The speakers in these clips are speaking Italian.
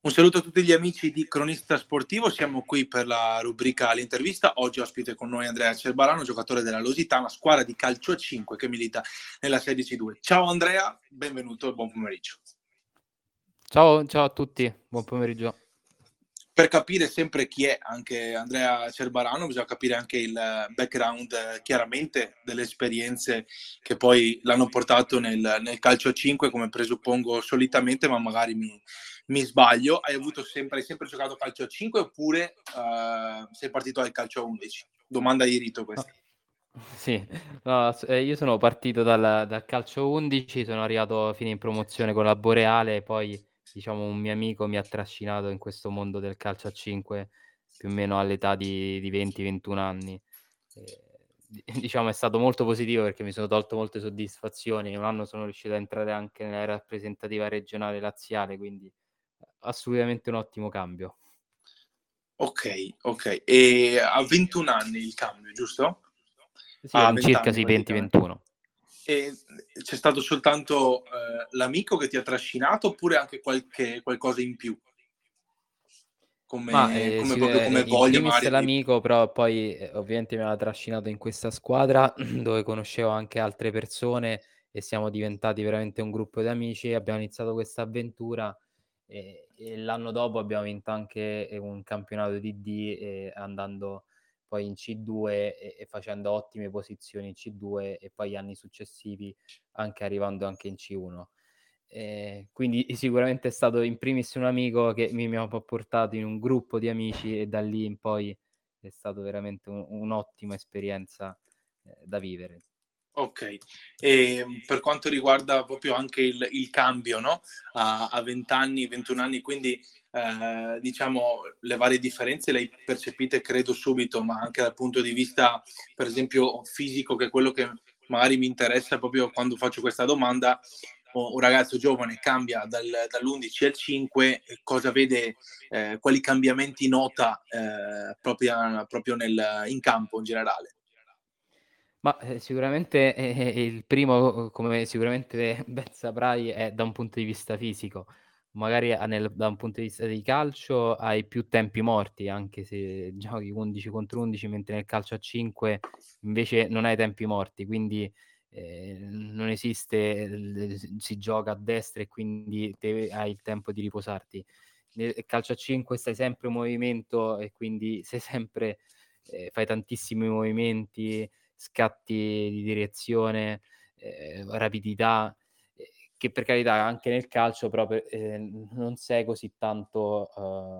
Un saluto a tutti gli amici di Cronista Sportivo, siamo qui per la rubrica L'intervista. Oggi ospite con noi Andrea Cerbarano, giocatore della Lusitana, squadra di calcio a 5 che milita nella Serie C2. Ciao Andrea, benvenuto e buon pomeriggio. Ciao a tutti, buon pomeriggio. Per capire sempre chi è anche Andrea Cerbarano bisogna capire anche il background chiaramente delle esperienze che poi l'hanno portato nel calcio a 5, come presuppongo solitamente, ma magari mi sbaglio. Hai sempre giocato a calcio a 5 oppure sei partito al calcio a 11? Domanda di rito questa. Sì, no, io sono partito dal calcio 11, sono arrivato fino in promozione con la Boreale, poi diciamo un mio amico mi ha trascinato in questo mondo del calcio a 5 più o meno all'età di 20-21 anni. Diciamo è stato molto positivo perché mi sono tolto molte soddisfazioni. Un anno sono riuscito a entrare anche nella rappresentativa regionale laziale, quindi assolutamente un ottimo cambio. Ok. E a 21 anni il cambio, giusto? Sì, A 20 circa anni sì, praticamente. 20-21. E c'è stato soltanto l'amico che ti ha trascinato oppure anche qualcosa in più? Ma, Come proprio come in voglia primis magari di... l'amico, però poi, ovviamente mi aveva trascinato in questa squadra dove conoscevo anche altre persone e siamo diventati veramente un gruppo di amici. Abbiamo iniziato questa avventura e l'anno dopo abbiamo vinto anche, un campionato di D, andando poi in C2 e facendo ottime posizioni in C2 e poi gli anni successivi anche arrivando anche in C1. Quindi sicuramente è stato in primis un amico che mi ha portato in un gruppo di amici e da lì in poi è stato veramente un'ottima esperienza, da vivere. Ok, e per quanto riguarda proprio anche il cambio, no? A 20 anni, 21 anni, quindi diciamo le varie differenze le hai percepite credo subito, ma anche dal punto di vista per esempio fisico, che è quello che magari mi interessa proprio quando faccio questa domanda. Un ragazzo giovane cambia dall'11 al 5, cosa vede, quali cambiamenti nota proprio in campo in generale? Ma, sicuramente, il primo, come sicuramente ben saprai, è da un punto di vista fisico. Magari da un punto di vista di calcio hai più tempi morti, anche se giochi 11 contro 11, mentre nel calcio a 5 invece non hai tempi morti, quindi, non esiste si gioca a destra e quindi te hai il tempo di riposarti. Nel calcio a 5 stai sempre in movimento e quindi sei sempre fai tantissimi movimenti, scatti di direzione, rapidità, che per carità anche nel calcio però non sei così tanto,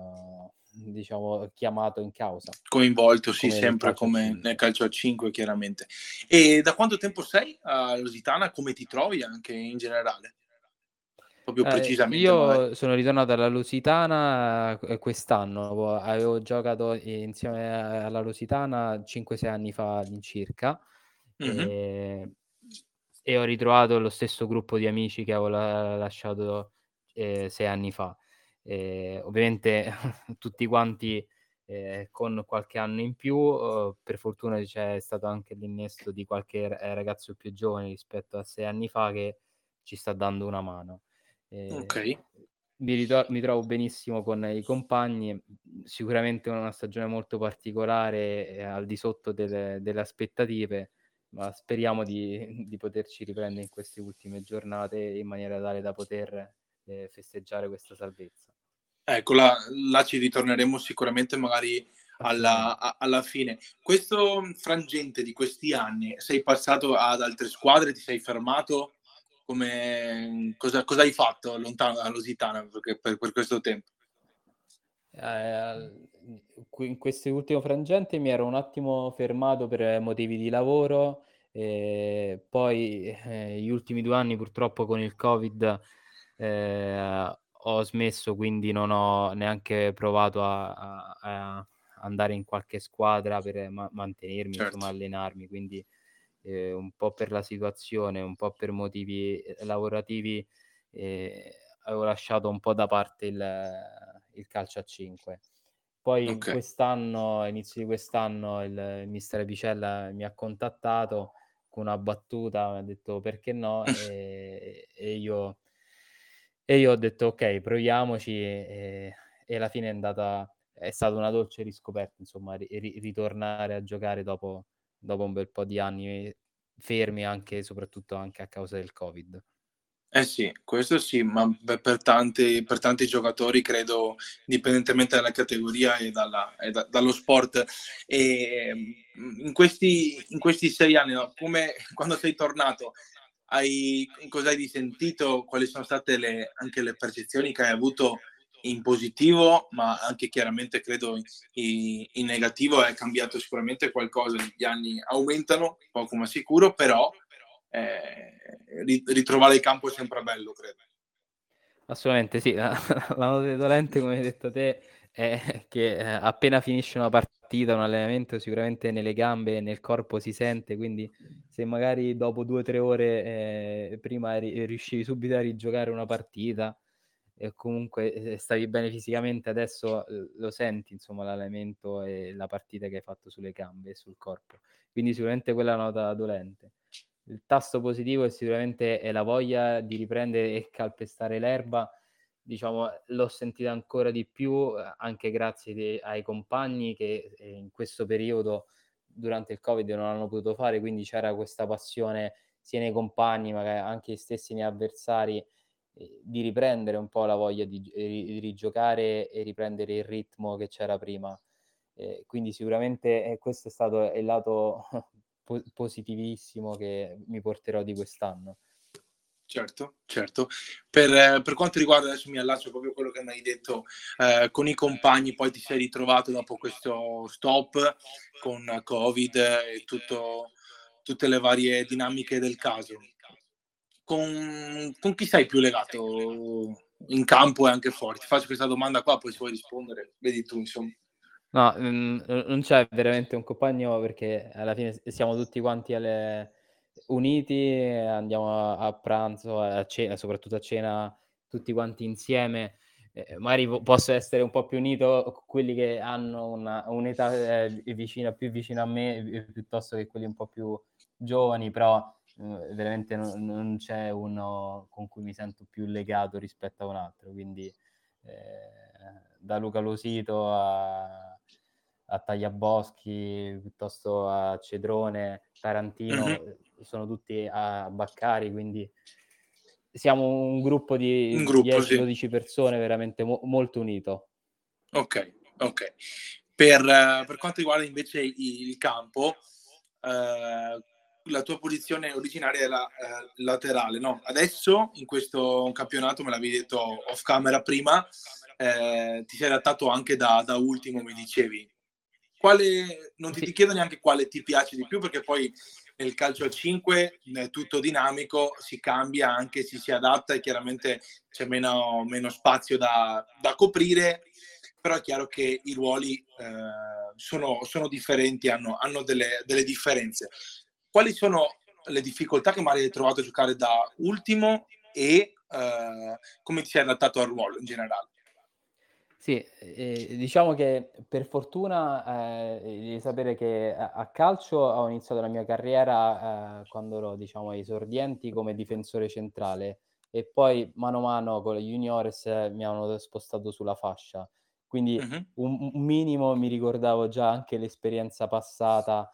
diciamo chiamato in causa, Coinvolto, sì, come nel sempre calcio a come nel 5. calcio a 5 chiaramente. E da quanto tempo sei a Lusitana? Come ti trovi anche in generale? Proprio precisamente magari. Io sono ritornato alla Lusitana, quest'anno, avevo giocato insieme alla Lusitana 5, 6 anni fa all'incirca, Mh-mh. ehm, e ho ritrovato lo stesso gruppo di amici che avevo lasciato, 6 anni fa. Ovviamente tutti quanti, con qualche anno in più, per fortuna c'è stato anche l'innesto di qualche ragazzo più giovane rispetto a 6 anni fa che ci sta dando una mano. Ehm, Okay. mi trovo benissimo con i compagni, sicuramente una stagione molto particolare, al di sotto delle aspettative, ma speriamo di poterci riprendere in queste ultime giornate in maniera tale da poter, festeggiare questa salvezza. Ecco, là ci ritorneremo sicuramente magari Assolutamente. alla fine. Questo frangente di questi anni, sei passato ad altre squadre, ti sei fermato? Cosa hai fatto lontano dalla Lusitana per questo tempo? In quest'ultimo frangente mi ero un attimo fermato per motivi di lavoro, poi, gli ultimi 2 anni purtroppo con il Covid, ho smesso, quindi non ho neanche provato a andare in qualche squadra per mantenermi, Certo. insomma allenarmi. Quindi, un po' per la situazione, un po' per motivi, lavorativi, ehm, avevo lasciato un po' da parte il calcio a 5. Poi Okay. quest'anno, a inizio di quest'anno, il mister Apicella mi ha contattato con una battuta, mi ha detto: "Perché no?" E io E io ho detto: "Okay, proviamoci", e alla fine è stata una dolce riscoperta, insomma, ritornare a giocare dopo un bel po' di anni fermi, anche soprattutto anche a causa del Covid. Eh sì, questo sì, ma per tanti giocatori credo, indipendentemente dalla categoria e dallo sport. In questi 6 anni, no, come quando sei tornato, cosa hai risentito? Quali sono state anche le percezioni che hai avuto in positivo, ma anche chiaramente credo in negativo? È cambiato sicuramente qualcosa, gli anni aumentano, poco ma sicuro, però ritrovare il campo è sempre bello, credo. Assolutamente sì, la nota dolente, come hai detto te, è che, appena finisce una partita, un allenamento, sicuramente nelle gambe e nel corpo si sente, quindi se magari dopo 2, 3 ore, prima riuscivi subito a rigiocare una partita e comunque, stavi bene fisicamente, adesso, lo senti insomma l'allenamento e la partita che hai fatto sulle gambe e sul corpo. Quindi sicuramente quella è la nota dolente. Il tasto positivo è sicuramente la voglia di riprendere e calpestare l'erba. Diciamo, l'ho sentita ancora di più, anche grazie ai compagni che, in questo periodo, durante il Covid, non hanno potuto fare, quindi c'era questa passione sia nei compagni, magari anche gli stessi miei avversari, di riprendere un po' la voglia di rigiocare e riprendere il ritmo che c'era prima. Quindi sicuramente, questo è stato il lato positivissimo che mi porterò di quest'anno. Certo, certo. Per quanto riguarda, adesso mi allaccio proprio a quello che mi hai detto, con i compagni poi ti sei ritrovato dopo questo stop con Covid e tutte le varie dinamiche del caso. Con chi sei più legato in campo e anche fuori? Ti faccio questa domanda qua, poi se vuoi rispondere, vedi tu insomma. No, non c'è veramente un compagno perché alla fine siamo tutti quanti uniti, e andiamo a pranzo, a cena, soprattutto a cena tutti quanti insieme. Magari posso essere un po' più unito con quelli che hanno un'età, più vicina a me, piuttosto che quelli un po' più giovani, però, veramente non c'è uno con cui mi sento più legato rispetto a un altro. Quindi, da Luca Losito a Tagliaboschi, piuttosto a Cedrone, Mh-mh. Tarantino, sono tutti a Baccari, quindi siamo un gruppo Un di gruppo, 10, sì. 12 persone veramente molto unito. Okay, okay. Per quanto riguarda invece il campo, ehm, la tua posizione originaria era, laterale, no, adesso in questo campionato, me l'avevi detto off camera prima, ti sei adattato anche da ultimo mi dicevi. Quale non ti Sì. chiedo neanche quale ti piace di più, perché poi nel calcio a 5 è tutto dinamico, si cambia anche, ci si adatta e chiaramente c'è meno spazio da coprire, però è chiaro che i ruoli, sono differenti, hanno delle differenze. Quali sono le difficoltà che magari hai trovato a giocare da ultimo e, come ti sei adattato al ruolo in generale? Sì, diciamo che per fortuna, devi sapere che a calcio ho iniziato la mia carriera, quando ero diciamo ai esordienti come difensore centrale e poi mano a mano con le juniores mi hanno spostato sulla fascia. Quindi Mh-mh. un minimo mi ricordavo già anche l'esperienza passata,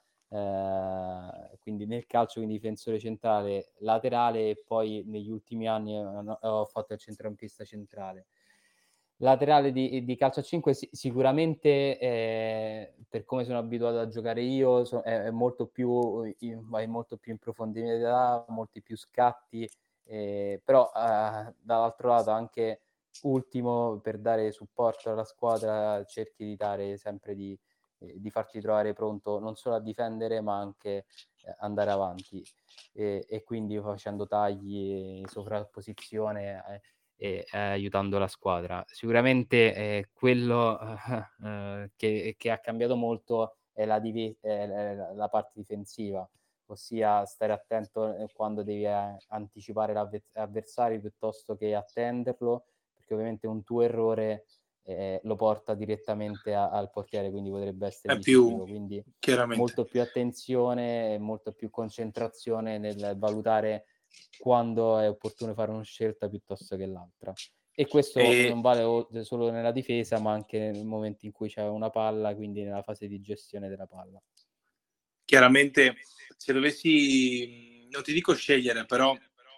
quindi nel calcio, quindi difensore centrale, laterale e poi negli ultimi anni ho fatto il centrocampista centrale. Laterale di calcio a 5 sicuramente, per come sono abituato a giocare io, è molto più vai molto più in profondità, molti più scatti, però, dall'altro lato anche ultimo per dare supporto alla squadra cerchi di dare sempre di farti trovare pronto non solo a difendere, ma anche, andare avanti. E quindi facendo tagli, sovrapposizione, e aiutando la squadra. Sicuramente, quello, che ha cambiato molto è la parte difensiva, ossia stare attento, quando devi, anticipare l'avversario piuttosto che attenderlo, perché ovviamente un tuo errore, lo porta direttamente al portiere, quindi potrebbe essere È più decisivo. Quindi chiaramente. molto più attenzione e molto più concentrazione nel valutare quando è opportuno fare una scelta piuttosto che l'altra. E questo E non vale solo nella difesa, ma anche nel momento in cui c'è una palla, quindi nella fase di gestione della palla. chiaramente, se dovessi, non ti dico scegliere, però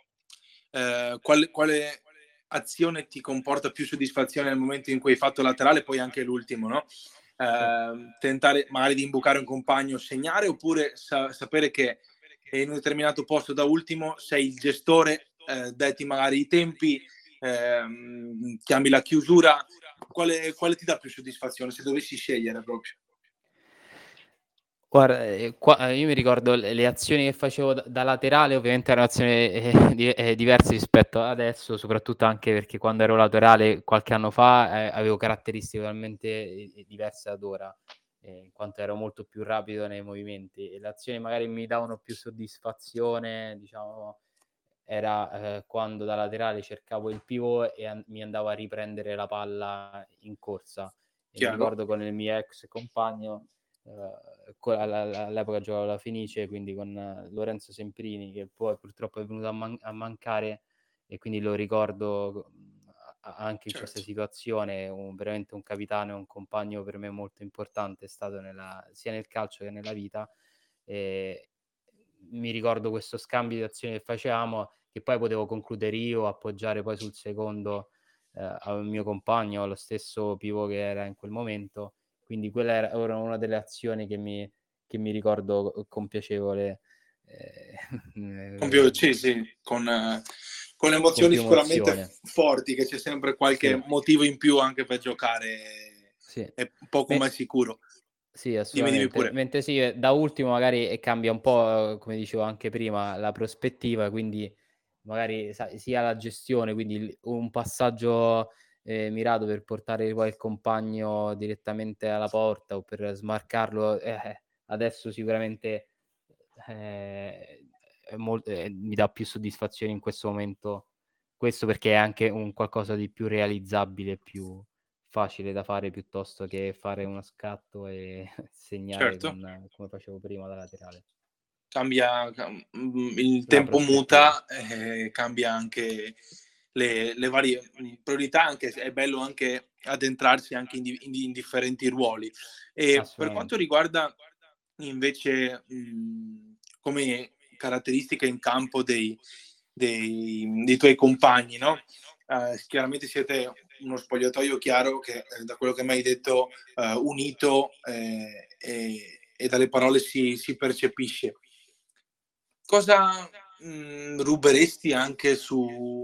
quale azione ti comporta più soddisfazione nel momento in cui hai fatto laterale, poi anche l'ultimo, no? Sì. Tentare magari di imbucare un compagno, segnare, oppure sapere che in un determinato posto da ultimo sei il gestore, detti magari i tempi, chiami la chiusura, quale ti dà più soddisfazione se dovessi scegliere proprio? Guarda, io mi ricordo le azioni che facevo da laterale, ovviamente erano azioni, diverse rispetto ad adesso, soprattutto anche perché quando ero laterale qualche anno fa, avevo caratteristiche totalmente, diverse ad ora, in quanto ero molto più rapido nei movimenti e le azioni magari mi davano più soddisfazione, diciamo, era, quando da laterale cercavo il pivot e mi andavo a riprendere la palla in corsa. E mi Chiaro? ricordo con il mio ex compagno, all'epoca giocavo alla Fenice, quindi con Lorenzo Semprini, che poi purtroppo è venuto a mancare, e quindi lo ricordo anche in questa Certo. situazione, veramente un capitano e un compagno per me molto importante, è stato sia nel calcio che nella vita. E mi ricordo questo scambio di azioni che facevamo, che poi potevo concludere io, appoggiare poi sul secondo, al mio compagno, allo stesso pivot che era in quel momento. Quindi quella era una delle azioni che mi ricordo con piacevole, Sì, sì, con con emozioni più sicuramente emozione. forti, che c'è sempre qualche Sì, motivo in più anche per giocare, sì. è poco ma Me sicuro. Sì, Dimmi assolutamente. pure. Mentre sì, da ultimo magari, cambia un po', come dicevo anche prima, la prospettiva, quindi magari sai sia la gestione, quindi un passaggio, mirato per portare poi il compagno direttamente alla porta o per smarcarlo, adesso sicuramente, mi dà più soddisfazione in questo momento, questo perché è anche un qualcosa di più realizzabile, più facile da fare piuttosto che fare uno scatto e segnare Certo, come facevo prima da laterale. il La tempo prospettiva, muta, cambia anche le varie priorità, anche se è bello anche addentrarsi anche in differenti ruoli. E per quanto assolutamente. riguarda invece, come caratteristiche in campo dei tuoi compagni, no? Chiaramente siete uno spogliatoio chiaro che, da quello che mi hai detto, unito, e dalle parole si percepisce. Cosa, ruberesti anche su,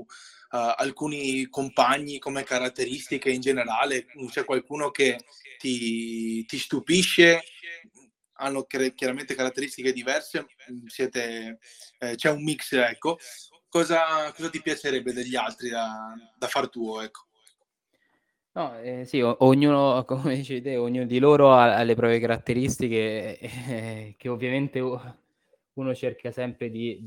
alcuni compagni come caratteristiche in generale? C'è qualcuno che ti stupisce? Hanno chiaramente caratteristiche diverse, c'è un mix, ecco. Cosa ti piacerebbe degli altri da far tuo, ecco? No, sì, ognuno come dicevi te, ognuno di loro ha le proprie caratteristiche, che ovviamente uno cerca sempre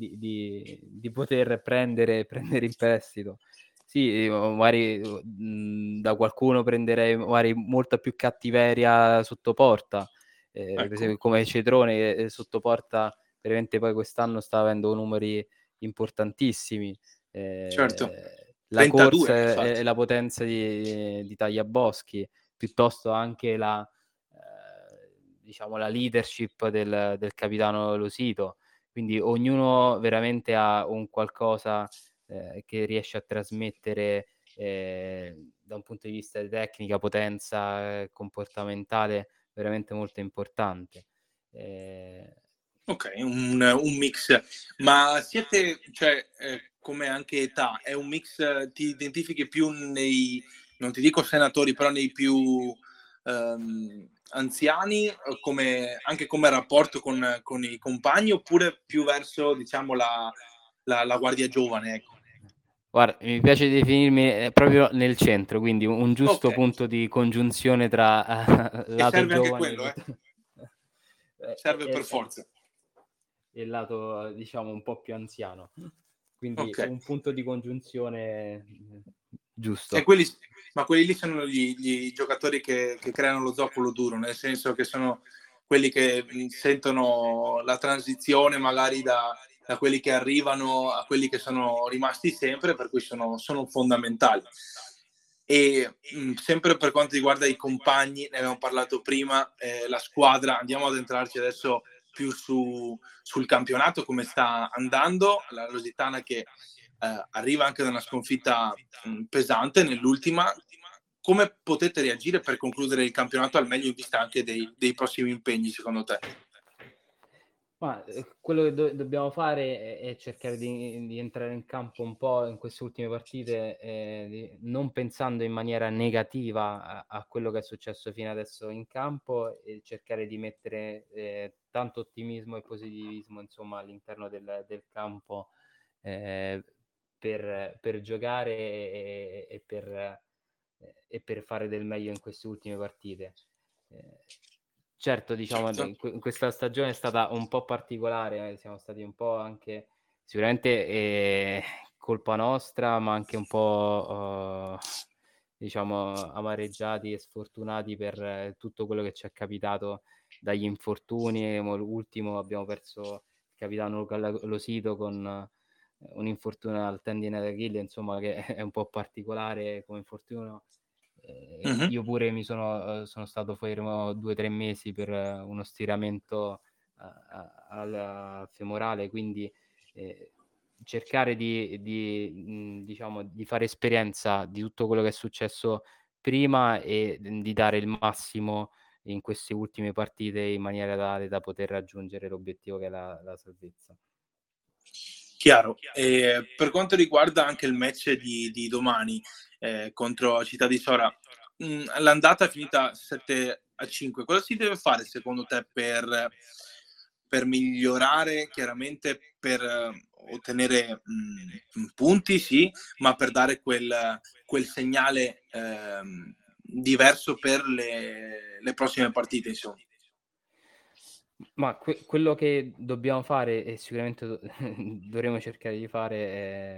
di poter prendere in prestito. Sì, magari, da qualcuno prenderei magari molta più cattiveria sotto porta, per Ecco, esempio come Cetrone che, sotto porta veramente poi quest'anno sta avendo numeri importantissimi. certo. La 32 corsa e infatti. la potenza di Tagliaboschi, piuttosto anche diciamo la leadership del capitano Losito. Quindi ognuno veramente ha un qualcosa, che riesce a trasmettere, da un punto di vista di tecnica, potenza, comportamentale, veramente molto importante. Ehm Okay, un mix. Ma siete, cioè, come anche età, è un mix, ti identifichi più nei, non ti dico senatori, però nei più, anziani, come anche come rapporto con i compagni, oppure più verso, diciamo, la guardia giovane, ecco? Guarda, mi piace definirmi, proprio nel centro, quindi un giusto Okay, punto di congiunzione tra e lato serve anche giovane quello, serve per forza. e il lato diciamo un po' più anziano. Quindi Okay. un punto di congiunzione, E giusto. quelli lì sono gli giocatori che creano lo zoccolo duro, nel senso che sono quelli che, sentono la transizione magari da quelli che arrivano a quelli che sono rimasti sempre, per cui sono fondamentali. E sempre per quanto riguarda i compagni, ne avevamo parlato prima, la squadra, andiamo ad entrarci adesso più sul campionato, come sta andando, la Lusitana che arriva anche da una sconfitta pesante nell'ultima. Come potete reagire per concludere il campionato al meglio in vista anche dei prossimi impegni, secondo te? Ma, quello che dobbiamo fare è cercare di entrare in campo un po' in queste ultime partite, non pensando in maniera negativa a quello che è successo fino adesso in campo, e cercare di mettere, tanto ottimismo e positivismo, insomma, all'interno del campo, ehm, per giocare e per fare del meglio in queste ultime partite. Ehm, certo, diciamo, Certo. questa stagione è stata un po' particolare, siamo stati un po' anche sicuramente, colpa nostra, ma anche un po', diciamo, amareggiati e sfortunati per tutto quello che ci è capitato dagli infortuni. L'ultimo abbiamo perso il capitano Luca Losito con un infortunio al tendine d'Achille, insomma, che è un po' particolare come infortunio. Mh-mh. Io pure sono stato fermo 2, 3 mesi per uno stiramento al femorale, quindi, ehm, cercare diciamo, di fare esperienza di tutto quello che è successo prima e di dare il massimo in queste ultime partite in maniera tale da poter raggiungere l'obiettivo che è la salvezza. Chiaro. Per quanto riguarda anche il match di domani, contro Città di Sora, l'andata è finita 7-5. Cosa si deve fare secondo te per migliorare, chiaramente per ottenere, punti sì, ma per dare quel segnale, diverso per le prossime partite insomma? Ma quello che dobbiamo fare e sicuramente dovremo cercare di fare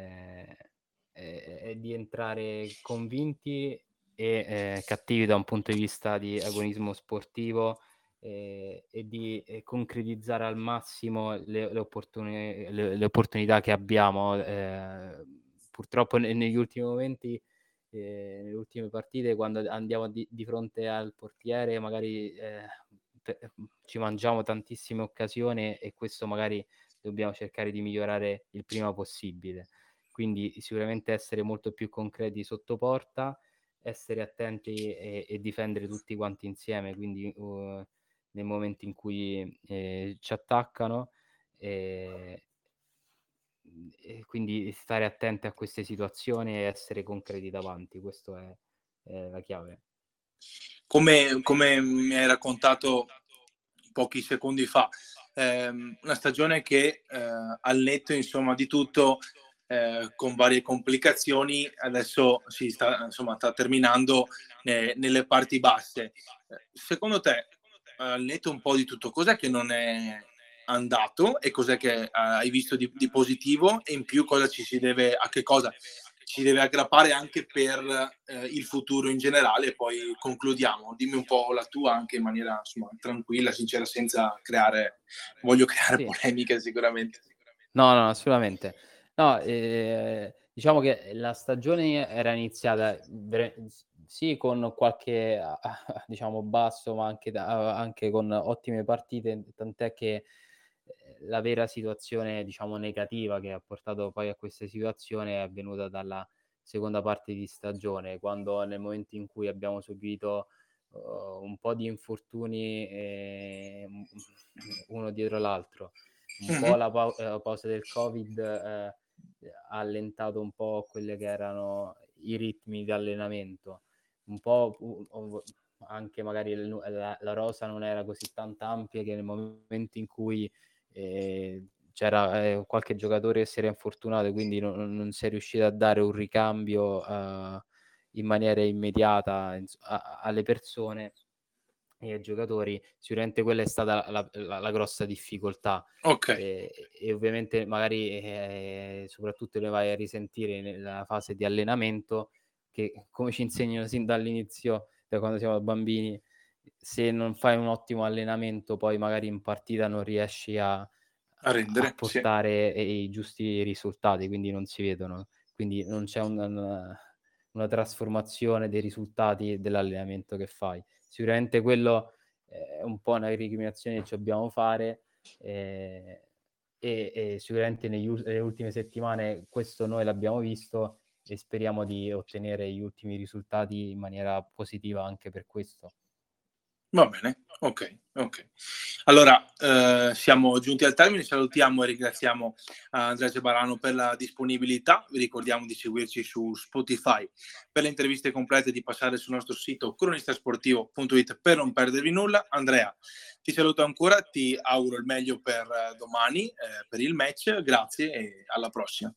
è di entrare convinti e, cattivi da un punto di vista di agonismo sportivo, e di, concretizzare al massimo le opportunità che abbiamo. Purtroppo negli ultimi momenti, nelle ultime partite, quando andiamo di fronte al portiere magari, ci mangiamo tantissime occasioni, e questo magari dobbiamo cercare di migliorare il prima possibile. Quindi sicuramente essere molto più concreti sotto porta, essere attenti e difendere tutti quanti insieme, quindi, nel momento in cui, ci attaccano, ehm, e quindi stare attenti a queste situazioni e essere concreti davanti, questo è la chiave. Come mi hai raccontato pochi secondi fa, una stagione che, al netto insomma di tutto, con varie complicazioni, adesso si sta insomma sta terminando nelle parti basse. Secondo te, al netto un po' di tutto, cos'è che non è andato e cos'è che hai visto di positivo e in più cosa ci si deve a che cosa ci deve aggrappare anche per il futuro in generale e poi concludiamo. Dimmi un po' la tua anche in maniera insomma tranquilla, sincera, senza creare voglio creare Sì. polemiche sicuramente. No, no, assolutamente. No, diciamo che la stagione era iniziata sì, con qualche diciamo basso, ma anche con ottime partite, tant'è che, la vera situazione, diciamo, negativa che ha portato poi a questa situazione è avvenuta dalla seconda parte di stagione, quando nel momento in cui abbiamo subito, un po' di infortuni, uno dietro l'altro. Un po' Mh-mh. la pausa del Covid, ha allentato un po' quelle che erano i ritmi di allenamento. Un po' anche magari la rosa non era così tanta ampia, che nel momento in cui, c'era, qualche giocatore che si era infortunato e quindi non si è riusciti a dare un ricambio, in maniera immediata alle persone e ai giocatori, sicuramente quella è stata la grossa difficoltà. Okay. E ovviamente magari, soprattutto le vai a risentire nella fase di allenamento, che come ci insegnano sin dall'inizio, da quando siamo bambini, se non fai un ottimo allenamento poi magari in partita non riesci A a rendere, sì. portare i giusti risultati, quindi non si vedono. Quindi non c'è una trasformazione dei risultati dell'allenamento che fai. Sicuramente quello è un po' una recriminazione che ci dobbiamo fare, ehm, e sicuramente nelle ultime settimane questo noi l'abbiamo visto e speriamo di ottenere gli ultimi risultati in maniera positiva anche per questo. Va bene, okay, okay. Allora, siamo giunti al termine, salutiamo e ringraziamo Andrea Gebarano per la disponibilità. Vi ricordiamo di seguirci su Spotify per le interviste complete, di passare sul nostro sito cronistasportivo.it per non perdervi nulla. Andrea, ti saluto ancora, ti auguro il meglio per domani, per il match. Grazie e alla prossima.